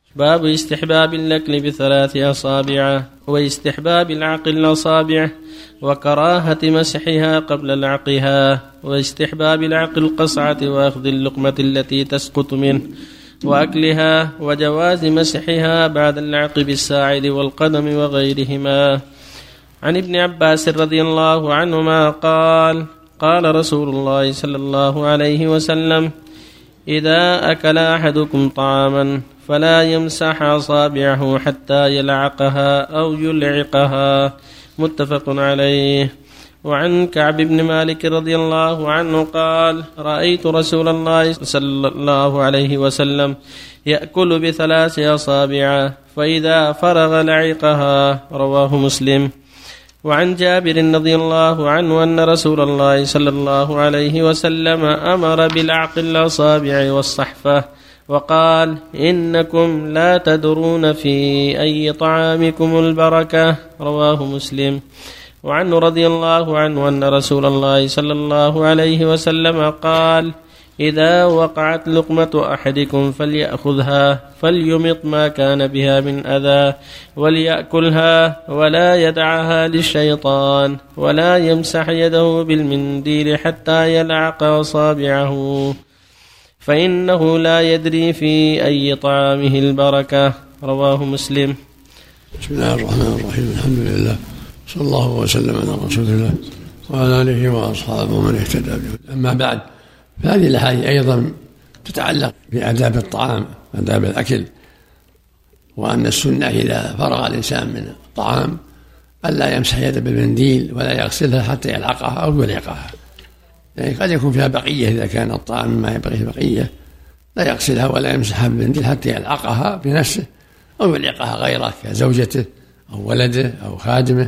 باب استحباب الأكل بثلاث أصابع واستحباب العقل الأصابع وكراهة مسحها قبل العقها واستحباب العقل القصعة وأخذ اللقمة التي تسقط منه وأكلها وجواز مسحها بعد العق بالساعد والقدم وغيرهما. عن ابن عباس رضي الله عنهما قال قال رسول الله صلى الله عليه وسلم إذا أكل أحدكم طعاما فلا يمسح أصابعه حتى يلعقها أو يلعقها، متفق عليه. وعن كعب بن مالك رضي الله عنه قال رأيت رسول الله صلى الله عليه وسلم يأكل بثلاث أصابع فإذا فرغ لعقها، رواه مسلم. وعن جابر رضي الله عنه أن رسول الله صلى الله عليه وسلم أمر بالعق الأصابع والصحفة وقال إنكم لا تدرون في أي طعامكم البركة، رواه مسلم. وعنه رضي الله عنه أن رسول الله صلى الله عليه وسلم قال إذا وقعت لقمة أحدكم فليأخذها فليمط ما كان بها من أذى وليأكلها ولا يدعها للشيطان ولا يمسح يده بالمنديل حتى يلعق أصابعه فإنه لا يدري في أي طعامه البركة، رواه مسلم. بسم الله الرحمن الرحيم. الحمد لله صلى الله وسلم على رسول الله وعلى آله وأصحابه ومن اهتدى به. أما بعد، فهذه الأحاديث أيضا تتعلق بآداب الطعام وآداب الأكل، وأن السنة إذا فرغ الإنسان من الطعام ألا يمسح يده بالمنديل ولا يغسلها حتى يلعقها أو يلعقها، يعني قد يكون فيها بقية، إذا كان الطعام ما يبقى فيه بقية لا يغسلها ولا يمسحها بالمنديل حتى يلعقها بنفسه أو يلعقها غيره كزوجته أو ولده أو خادمه.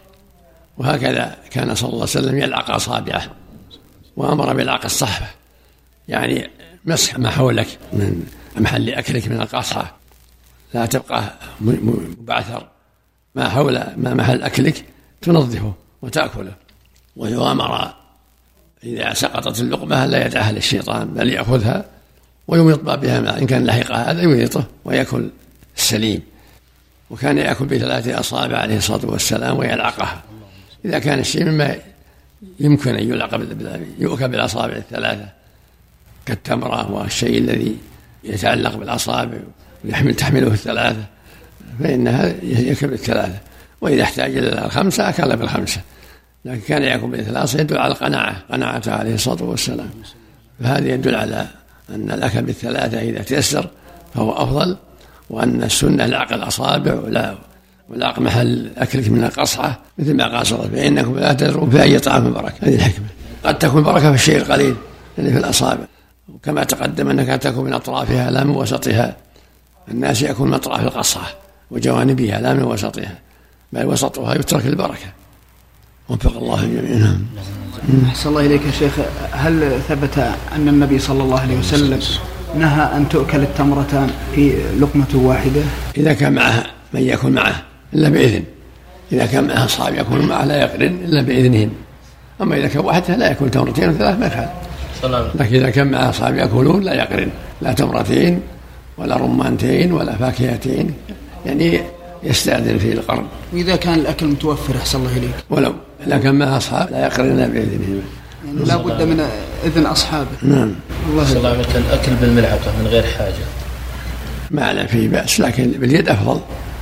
وهكذا كان صلى الله عليه وسلم يلعق أصابعه، وأمر بلعق الصحفة، يعني مسح ما حولك من محل أكلك من القصعة، لا تبقى مبعثر ما حول ما محل أكلك تنظفه وتأكله. وأمر إذا سقطت اللقمة لا يدعها للشيطان بل يأخذها ويميط بها ماء، إن كان لحقها هذا يميطه ويأكل السليم. وكان يأكل بثلاث أصابع عليه الصلاة والسلام ويلعقها، إذا كان الشيء مما يمكن أن يؤكل بالأصابع الثلاثة كالتمرة والشيء الذي يتعلق بالأصابع تحمله الثلاثة فإنها يأكل بالثلاثة، وإذا احتاج إلى الخمسة أكل بالخمسة، لكن كان يأكل بالثلاثة يدل على قناعته عليه الصلاة والسلام. فهذا يدل على أن الأكل بالثلاثة إذا تيسر فهو أفضل، وأن السنة لعق الأصابع ولعق محل أكلك من القصعة مثل ما قال صلى الله عليه وسلم فإنكم لا تدرون في أي طعام بركة. هذه الحكمة، قد تكون بركة في الشيء القليل اللي في الأصابع، وكما تقدم أنك تكون من أطرافها لا من وسطها. الناس يكون من أطراف القصعة وجوانبها لا من وسطها، بل وسطها يترك البركة. وفق الله جميعا. أحسن الله إليك يا شيخ، هل ثبت أن النبي صلى الله عليه وسلم نهى أن تؤكل التمرتان في لقمة واحدة؟ إذا كان معها من يكون معه إلا بإذن، إذا كان معها أصحاب يكون معه لا يقرن إلا بإذنهم، أما إذا كان وحدها لا يكون تمرتين وثلاث ما يفعل، لكن إذا كان معها أصحاب يأكلون لا يقرن، لا تمرتين ولا رمانتين ولا فاكهتين، يعني يستأذن في القرن. وإذا كان الأكل متوفر أحسن الله إليك ولو لكن معها أصحاب لا يقرن إلا بإذنهم، يعني لا بد من إذن أصحابه. نعم. الله مثل الأكل بالملعقة من غير حاجة ما على فيه بأس، لكن باليد أفضل.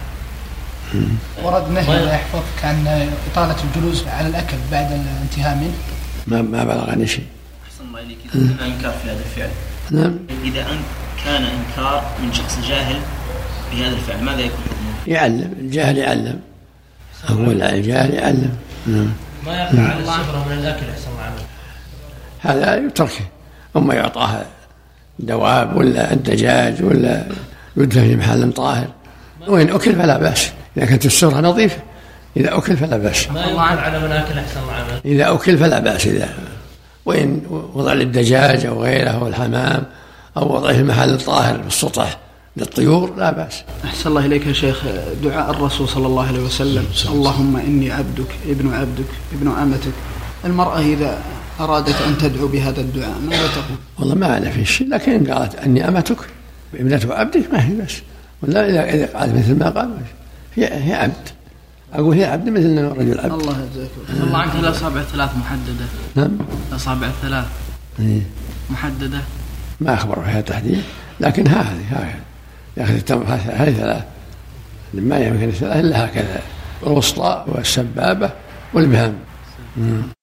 ورد نهي لا يحفظ كان إطالة الجلوس على الأكل بعد الانتهاء منه. ما بلغني شيء. أحسن الله إليك. إذا إنكار في هذا الفعل. نعم. إذا كان إنكار من شخص جاهل بهذا الفعل ماذا يكون؟ يعلم، الجاهل يعلم، هو الجاهل يعلم. ما يقع على الصغرى من الأكل أحسن الله عنه، هذا يتركه، أما يعطاها دواب ولا الدجاج ولا يدفع في محل طاهر، وإن أكل فلا بأس، إذا كانت السرة نظيفة، إذا أكل فلا بأس. ما يقع على من أكل أحسن الله عنه، إذا أكل فلا بأس، وإن وضع للدجاج أو غيره أو الحمام أو وضع في محل طاهر بالسطح للطيور لا بأس. أحسن الله إليك يا شيخ، دعاء الرسول صلى الله عليه وسلم اللهم إني عبدك ابن عبدك ابن أمتك، المرأة إذا أرادت أن تدعو بهذا الدعاء ماذا تقول؟ والله ما أعرف في شيء، لكن قالت أني أمتك ابنة عبدك ما هي بس، ولا إذا قال مثل ما قال هي عبد، أقول هي عبد مثل أنه رجل عبد. الله يجزاك الله عنك. الأصابع 3 محددة. نعم. الأصابع 3 محددة. ما أخبر فيها تحديد، لكن هذه يأخذ التمر هذه 3 ما يمكن 3 إلا هكذا: الوسطى والسبابة والإبهام.